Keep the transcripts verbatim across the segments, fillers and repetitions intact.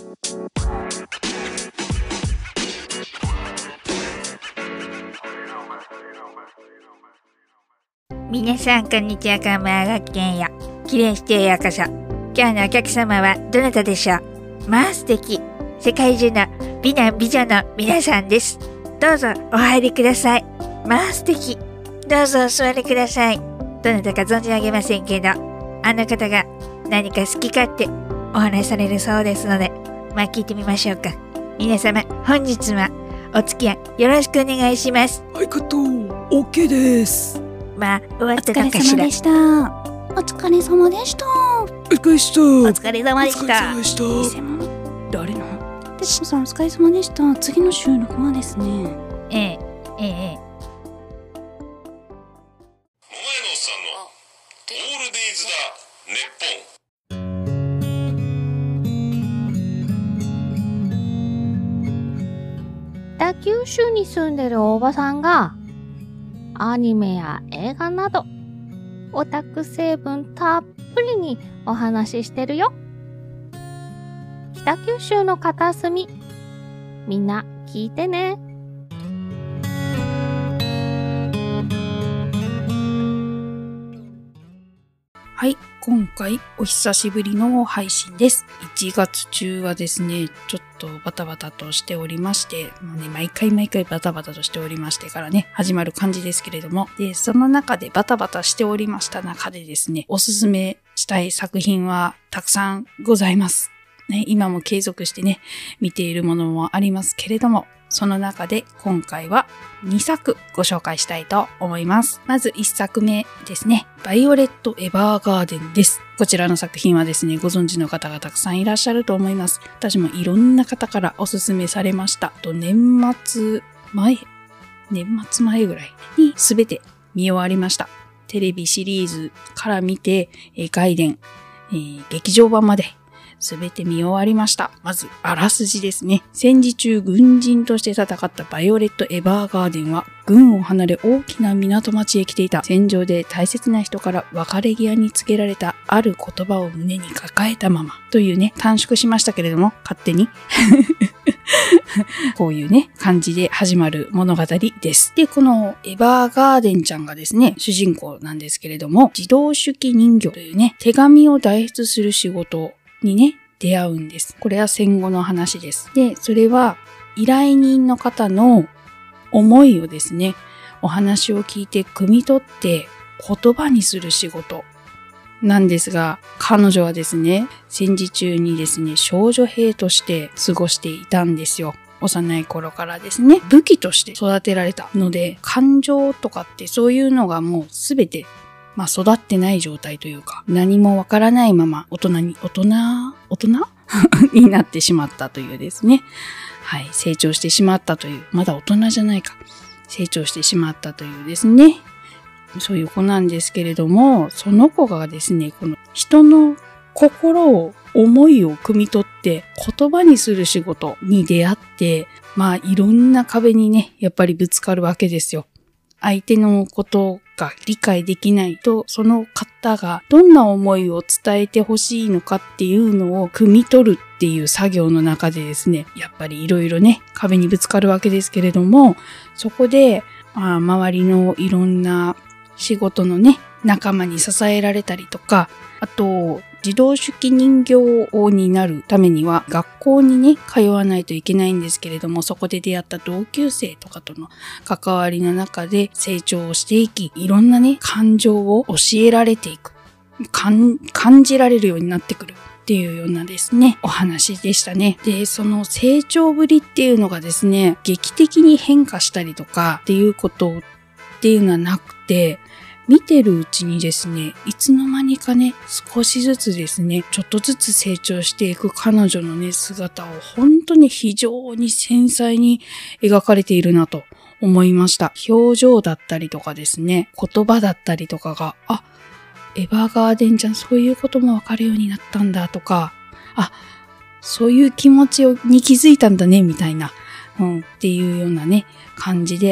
皆さんこんにちは、こんばんは、ごきげんよう。きれいしてようこそ。今日のお客様はどなたでしょう？まあ素敵。世界中の美男美女の皆さんです。どうぞお入りください。まあ素敵。どうぞお座りください。どなたか存じ上げませんけど、あの方が何か好き勝手お話しされるそうですので、まあ聞いてみましょうか。皆様、本日はお付き合いよろしくお願いします。 はい、カット オーケー です。 まあ終わったお疲れのかしら。 様でした。お疲れ様でした。 お疲れした。 お疲れ様でしお疲れた。 様でした。 偽物。 誰の？ 徹子さんお疲れ様でした。次の収録はですね。 ええ、ええ、ええ。 桃屋のおっさんのオールデイズだネッポン。 北九州に住んでるおばさんがアニメや映画などオタク成分たっぷりにお話ししてるよ。北九州の片隅、みんな聞いてね。 はい、今回お久しぶりの配信です。いちがつ中はですね、ちょっとバタバタとしておりまして、もうね、毎回毎回バタバタとしておりましてからね、始まる感じですけれども、で、その中でバタバタしておりました中でですね、おすすめしたい作品はたくさんございます。ね、今も継続してね、見ているものもありますけれども、その中で今回はにさくご紹介したいと思います。まずいっさくめですね。バイオレット・エヴァーガーデンです。こちらの作品はですね、ご存知の方がたくさんいらっしゃると思います。私もいろんな方からおすすめされました。と年末前、年末前ぐらいにすべて見終わりました。テレビシリーズから見て、えー、外伝、えー、劇場版まですべて見終わりました。まず、あらすじですね。戦時中軍人として戦ったバイオレット・エヴァーガーデンは、軍を離れ大きな港町へ来ていた。戦場で大切な人から別れ際に告げられたある言葉を胸に抱えたまま。というね、短縮しましたけれども、勝手に。こういうね、感じで始まる物語です。で、このエヴァーガーデンちゃんがですね、主人公なんですけれども、自動手記人形というね、手紙を代筆する仕事にね、出会うんです。これは戦後の話です。で、それは依頼人の方の思いをですね、お話を聞いて汲み取って言葉にする仕事なんですが、彼女はですね、戦時中にですね、少女兵として過ごしていたんですよ。幼い頃からですね、武器として育てられたので、感情とかってそういうのがもうすべてまあ育ってない状態というか、何もわからないまま大人に、大人大人になってしまったというですね。はい、成長してしまったという、まだ大人じゃないか。成長してしまったというですね。そういう子なんですけれども、その子がですね、この人の心を、思いを汲み取って言葉にする仕事に出会って、まあいろんな壁にね、やっぱりぶつかるわけですよ。相手のことが理解できないと、その方がどんな思いを伝えてほしいのかっていうのを汲み取るっていう作業の中でですね、やっぱりいろいろね、壁にぶつかるわけですけれども、そこで、まあ、周りのいろんな仕事のね、仲間に支えられたりとか、あと、自動手記人形王になるためには学校にね、通わないといけないんですけれども、そこで出会った同級生とかとの関わりの中で成長をしていき、いろんなね、感情を教えられていく。感、感じられるようになってくるっていうようなですね、お話でしたね。で、その成長ぶりっていうのがですね、劇的に変化したりとかっていうことっていうのはなくて、見てるうちにですね、いつの間にかね、少しずつですね、ちょっとずつ成長していく彼女のね、姿を本当に非常に繊細に描かれているなと思いました。表情だったりとかですね、言葉だったりとかが、あ、エヴァーガーデンちゃんそういうこともわかるようになったんだとか、あ、そういう気持ちに気づいたんだね、みたいな、うん、っていうようなね、感じで、ち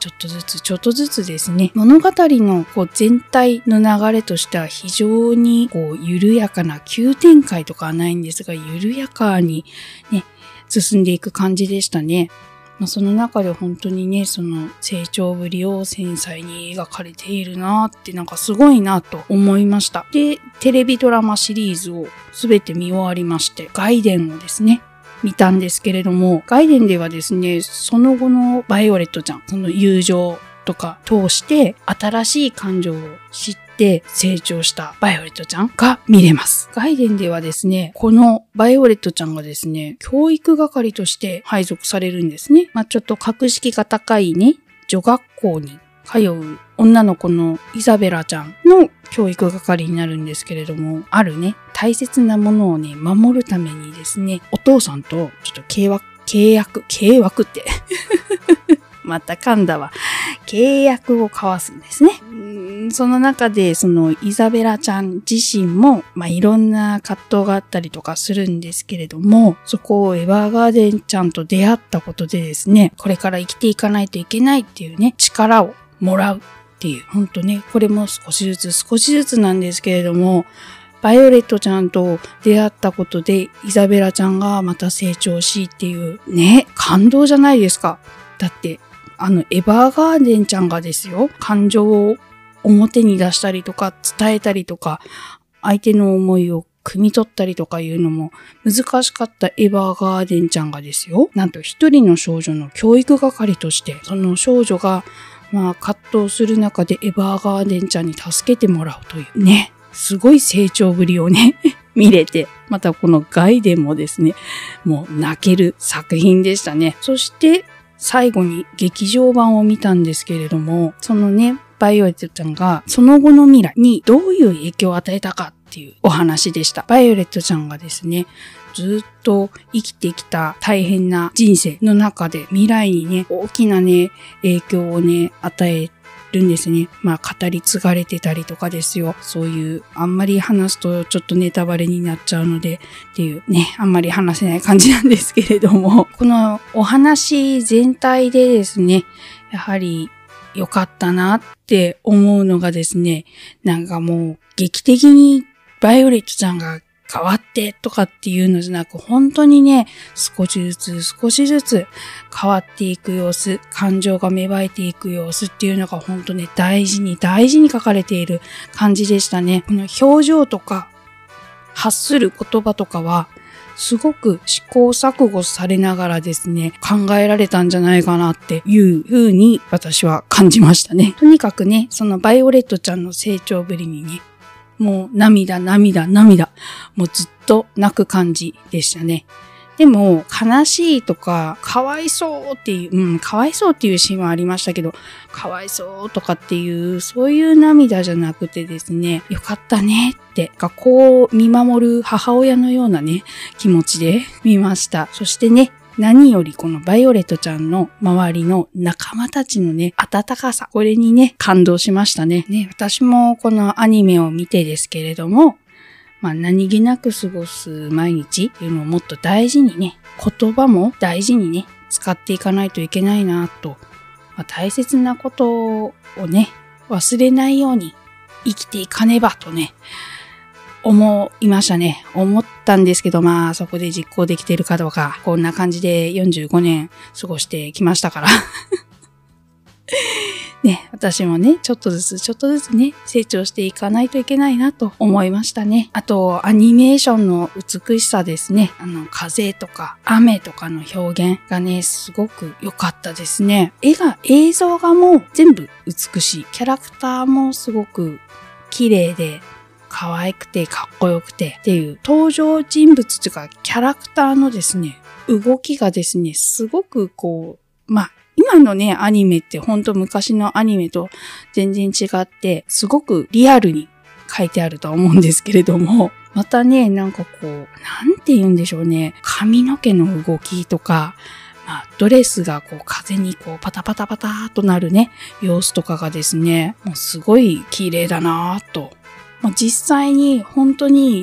ちょっとずつちょっとずつですね、物語のこう全体の流れとしては非常にこう緩やかな急展開とかはないんですが、緩やかにね、進んでいく感じでしたね。まあ、その中で本当にね、その成長ぶりを繊細に描かれているなって、なんかすごいなと思いました。で、テレビドラマシリーズをすべて見終わりまして、ガイデンをですね、見たんですけれども、ガイデンではですね、その後のバイオレットちゃん、その友情とか通して新しい感情を知って成長したバイオレットちゃんが見れます。ガイデンではですね、このバイオレットちゃんがですね、教育係として配属されるんですね。まあ、ちょっと格式が高いね、女学校に通う女の子のイザベラちゃんの教育係になるんですけれども、あるね、大切なものをね、守るためにですね、お父さんとちょっと契約、契約、契約ってまた噛んだわ。契約を交わすんですね。その中で、そのイザベラちゃん自身も、まあ、いろんな葛藤があったりとかするんですけれども、そこをエヴァーガーデンちゃんと出会ったことでですね、これから生きていかないといけないっていうね、力をもらうっていう、ほんとね、これも少しずつ少しずつなんですけれども、バイオレットちゃんと出会ったことで、イザベラちゃんがまた成長しっていう、ね、感動じゃないですか。だって、あの、エヴァーガーデンちゃんがですよ、感情を表に出したりとか、伝えたりとか、相手の思いを汲み取ったりとかいうのも難しかったエヴァーガーデンちゃんがですよ、なんと一人の少女の教育係として、その少女が、まあ、葛藤する中でエヴァーガーデンちゃんに助けてもらうというね、すごい成長ぶりをね、見れて、またこのガイデンもですね、もう泣ける作品でしたね。そして、最後に劇場版を見たんですけれども、そのね、バイオレットちゃんがその後の未来にどういう影響を与えたかっていうお話でした。バイオレットちゃんがですね、ずっと生きてきた大変な人生の中で未来にね、大きなね、影響をね、与えるんですね。まあ、語り継がれてたりとかですよ。そういう、あんまり話すとちょっとネタバレになっちゃうので、っていうね、あんまり話せない感じなんですけれども、このお話全体でですね、やはり良かったなって思うのがですね、なんかもう劇的にバイオレットちゃんが変わってとかっていうのじゃなく、本当にね、少しずつ少しずつ変わっていく様子、感情が芽生えていく様子っていうのが本当ね、大事に大事に書かれている感じでしたね。この表情とか発する言葉とかは、すごく試行錯誤されながらですね、考えられたんじゃないかなっていう風に私は感じましたね。とにかくね、そのバイオレットちゃんの成長ぶりにね、もう涙涙涙、もうずっと泣く感じでしたね。でも悲しいとかかわいそうっていう、うん、かわいそうっていうシーンはありましたけど、かわいそうとかっていうそういう涙じゃなくてですね、よかったねって学校を見守る母親のようなね気持ちで見ました。そしてね、何よりこのバイオレットちゃんの周りの仲間たちのね、温かさ。これにね、感動しましたね。ね、私もこのアニメを見てですけれども、まあ何気なく過ごす毎日っていうのをもっと大事にね、言葉も大事にね、使っていかないといけないなと、まあ、大切なことをね、忘れないように生きていかねばとね、思いましたね。思ったんですけど、まあそこで実行できているかどうか、こんな感じでよんじゅうごねん過ごしてきましたから。ね、私もね、ちょっとずつちょっとずつね、成長していかないといけないなと思いましたね。あと、アニメーションの美しさですね。あの、風とか雨とかの表現がね、すごく良かったですね。絵が、映像がもう全部美しい。キャラクターもすごく綺麗で、可愛くてかっこよくてっていう登場人物というかキャラクターのですね、動きがですね、すごくこう、まあ、今のね、アニメってほんと昔のアニメと全然違って、すごくリアルに書いてあるとは思うんですけれども、またね、なんかこう、なんて言うんでしょうね、髪の毛の動きとか、まあ、ドレスがこう風にこうパタパタパターとなるね、様子とかがですね、もうすごい綺麗だなぁと。実際に本当に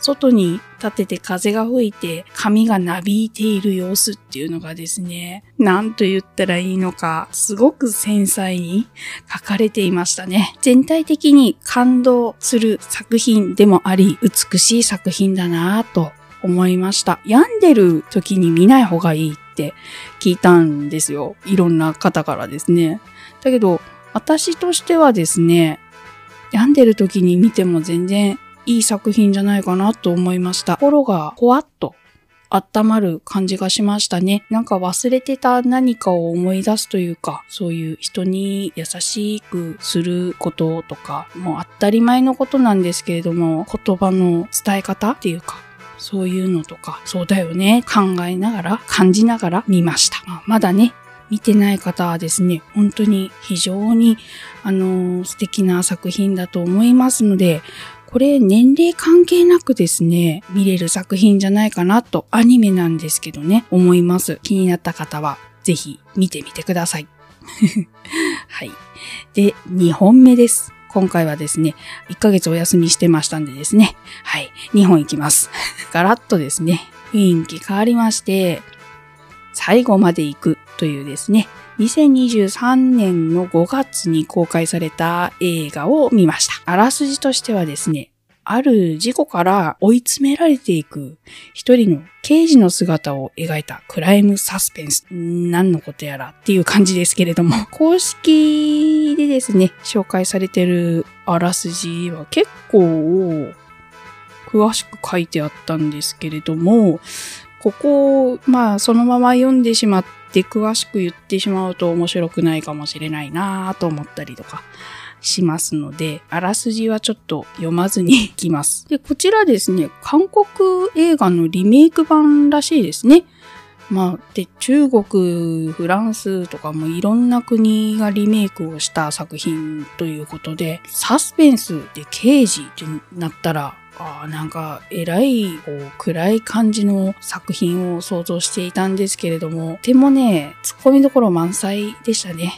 外に立てて風が吹いて髪がなびいている様子っていうのがですね、なんと言ったらいいのか、すごく繊細に描かれていましたね。全体的に感動する作品でもあり、美しい作品だなぁと思いました。病んでる時に見ない方がいいって聞いたんですよ。いろんな方からですね。だけど、私としてはですね、病んでる時に見ても全然いい作品じゃないかなと思いました。心がほわっと温まる感じがしましたね。なんか忘れてた何かを思い出すというか、そういう人に優しくすることとか、もう当たり前のことなんですけれども、言葉の伝え方っていうか、そういうのとか、そうだよね、考えながら、感じながら見ました。まだね、見てない方はですね、本当に非常に、あのー、素敵な作品だと思いますので、これ年齢関係なくですね、見れる作品じゃないかなと、アニメなんですけどね、思います。気になった方は、ぜひ見てみてください。はい。で、にほんめです。今回はですね、いっかげつお休みしてましたんでですね、はい、にほん行きます。ガラッとですね、雰囲気変わりまして、最後まで行くというですね、にせんにじゅうさんねんのごがつに公開された映画を見ました。あらすじとしてはですね、ある事故から追い詰められていく一人の刑事の姿を描いたクライムサスペンス。何のことやらっていう感じですけれども、公式でですね、紹介されてるあらすじは結構詳しく書いてあったんですけれども、ここを、まあ、そのまま読んでしまって詳しく言ってしまうと面白くないかもしれないなぁと思ったりとかしますので、あらすじはちょっと読まずにいきます。で、こちらですね、韓国映画のリメイク版らしいですね。まあ、で、中国、フランスとかもいろんな国がリメイクをした作品ということで、サスペンスで刑事ってなったら、ああ、なんか、えらい、こう、暗い感じの作品を想像していたんですけれども、とてもね、突っ込みどころ満載でしたね。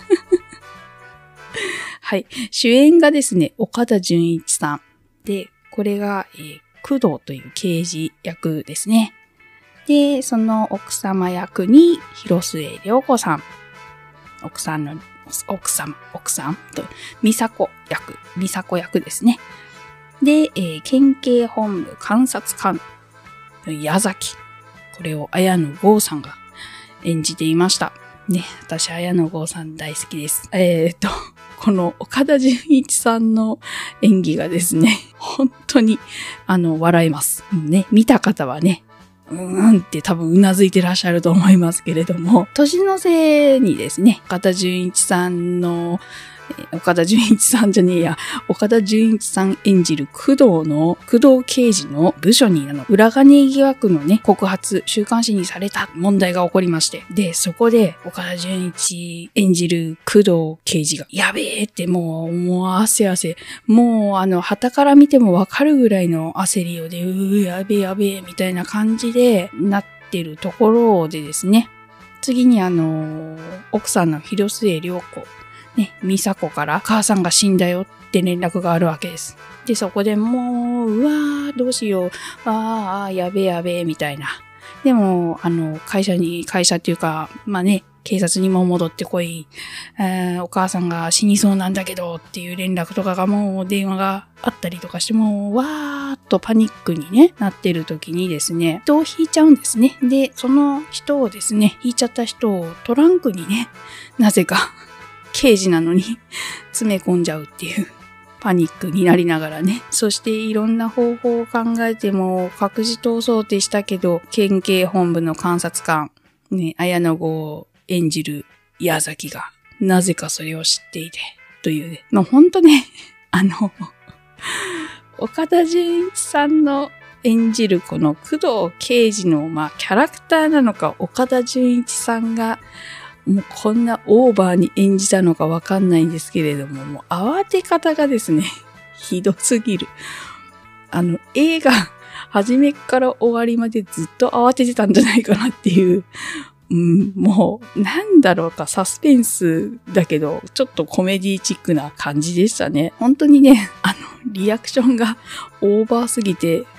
はい。主演がですね、岡田准一さん。で、これが、えー、工藤という刑事役ですね。で、その奥様役に、広末涼子さん。奥さんの、奥様、奥さんと、美佐子役、美佐子役ですね。で、えー、県警本部監察官の矢崎。これを綾野剛さんが演じていました。ね、私綾野剛さん大好きです。えー、っと、この岡田准一さんの演技がですね、本当に、あの、笑えます。ね、見た方はね、うーんって多分うなずいてらっしゃると思いますけれども、年の瀬にですね、岡田准一さんの岡田准一さんじゃねえや。岡田准一さん演じる工藤の、工藤刑事の部署にあの、裏金疑惑のね、告発、週刊誌にされた問題が起こりまして。で、そこで岡田准一演じる工藤刑事が、やべえってもう、もう汗汗。もうあの、旗から見てもわかるぐらいの焦りをで、うーやべえやべえみたいな感じでなってるところでですね。次にあの、奥さんの広末涼子。ね、美佐子から母さんが死んだよって連絡があるわけです。で、そこでもう、うわー、どうしよう、あー、やべえやべえ、みたいな。でも、あの、会社に、会社っていうか、まあね、警察にも戻ってこい、えー、お母さんが死にそうなんだけどっていう連絡とかがもう電話があったりとかしてもう、わーっとパニックにね、なってる時にですね、人を引いちゃうんですね。で、その人をですね、引いちゃった人をトランクにね、なぜか、刑事なのに詰め込んじゃうっていうパニックになりながらね。そしていろんな方法を考えても隠し通そうってしたけど、県警本部の監察官、ね、綾野剛を演じる矢崎がなぜかそれを知っていて、というね。まあ、ほんとね、あの、岡田准一さんの演じるこの工藤刑事の、まあ、キャラクターなのか、岡田准一さんがもうこんなオーバーに演じたのかわかんないんですけれども、もう慌て方がですね、ひどすぎる。あの、映画、初めから終わりまでずっと慌ててたんじゃないかなっていう、うん、もう、なんだろうか、サスペンスだけど、ちょっとコメディチックな感じでしたね。本当にね、あの、リアクションがオーバーすぎて、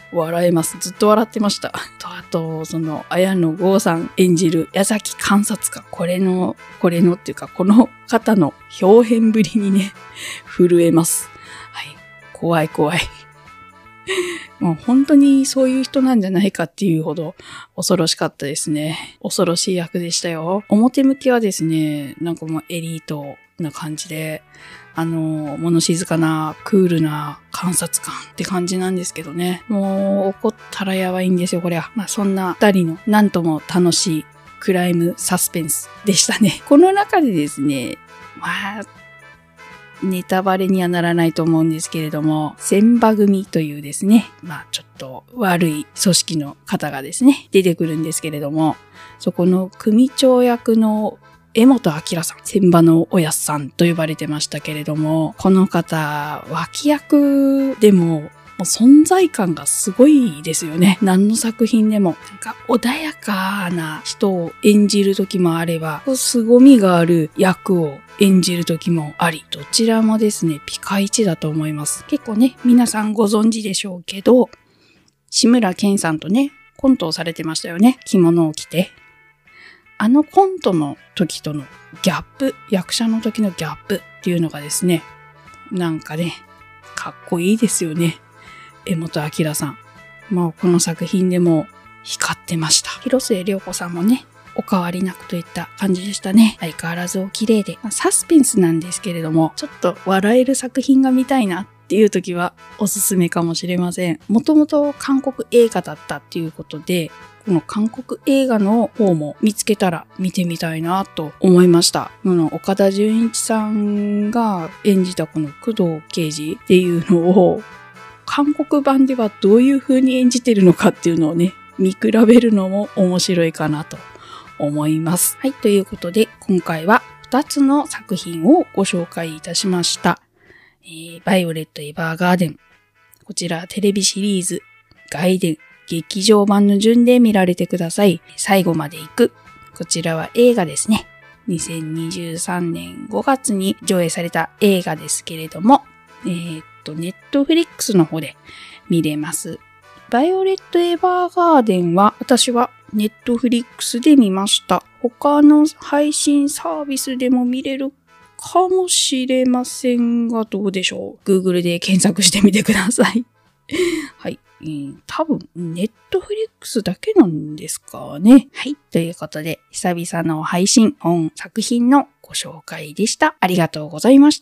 笑えます。ずっと笑ってました。と、あと、その、綾野剛さん演じる矢崎監察官。これの、これのっていうか、この方の表現ぶりにね、震えます。はい。怖い怖い。もう本当にそういう人なんじゃないかっていうほど恐ろしかったですね。恐ろしい役でしたよ。表向きはですね、なんかもうエリートな感じで、あの、物静かな、クールな観察官って感じなんですけどね。もう怒ったらやばいんですよ、これは。まあそんな二人のなんとも楽しいクライムサスペンスでしたね。この中でですね、まあ、ネタバレにはならないと思うんですけれども、千葉組というですね、まあちょっと悪い組織の方がですね、出てくるんですけれども、そこの組長役の江本明さん、千葉のおやっさんと呼ばれてましたけれども、この方、脇役でも、もう存在感がすごいですよね。何の作品でも。なんか穏やかな人を演じる時もあれば、凄みがある役を演じる時もあり、どちらもですね、ピカイチだと思います。結構ね、皆さんご存知でしょうけど、志村けんさんとね、コントをされてましたよね。着物を着て。あのコントの時とのギャップ、役者の時のギャップっていうのがですね、なんかね、かっこいいですよね。江本明さん。もうこの作品でも光ってました。広末涼子さんもね、お変わりなくといった感じでしたね。相変わらずお綺麗で。まあ、サスペンスなんですけれども、ちょっと笑える作品が見たいなっていう時はおすすめかもしれません。もともと韓国映画だったっていうことで、この韓国映画の方も見つけたら見てみたいなと思いました。この岡田准一さんが演じたこの工藤刑事っていうのを韓国版ではどういう風に演じてるのかっていうのをね、見比べるのも面白いかなと思います。はい、ということで今回はふたつの作品をご紹介いたしました。えー、バイオレット・エヴァーガーデン。こちらテレビシリーズ外伝劇場版の順で見られてください。最後まで行く。こちらは映画ですね。にせんにじゅうさんねんごがつに上映された映画ですけれども、えー、っと、ネットフリックスの方で見れます。バイオレット・エヴァーガーデンは私はネットフリックスで見ました。他の配信サービスでも見れるかもしれませんが、どうでしょう。Google で検索してみてください。はい。えー、多分、ネットフリックスだけなんですかね。はい。ということで、久々の配信本作品のご紹介でした。ありがとうございました。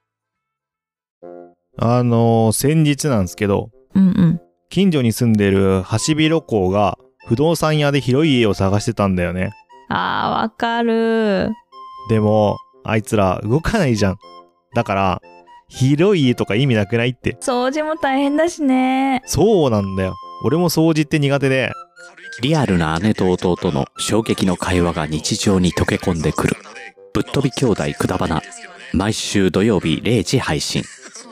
あのー、先日なんですけど、 うんうん。 近所に住んでるハシビロコウが不動産屋で広い家を探してたんだよね。 あー、わかる。 でも、あいつら動かないじゃん。だから、広い家とか意味なくないって。 掃除も大変だしね。 そうなんだよ。俺も掃除って苦手で。 リアルな姉と弟の衝撃の会話が日常に溶け込んでくる。ぶっ飛び兄弟くだばな。毎週土曜日れいじ配信。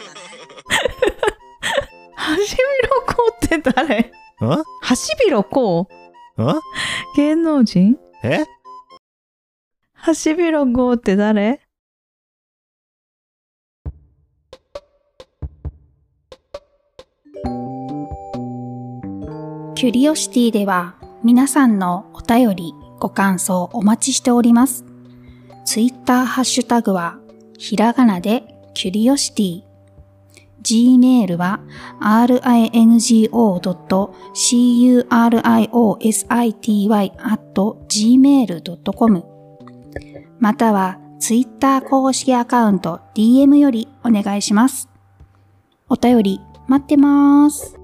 ハシビロコウって誰？ ん？ ハシビロコウ？ ん？ 芸能人？ え？ ハシビロコウって誰？ キュリオシティでは皆さんのお便り、ご感想お待ちしております。ツイッターハッシュタグはひらがなでキュリオシティ。Gmail は アールアイエヌジーオードットキュリオシティ アットジーメールドットコム またはツイッター公式アカウント ディーエム よりお願いします。お便り待ってます。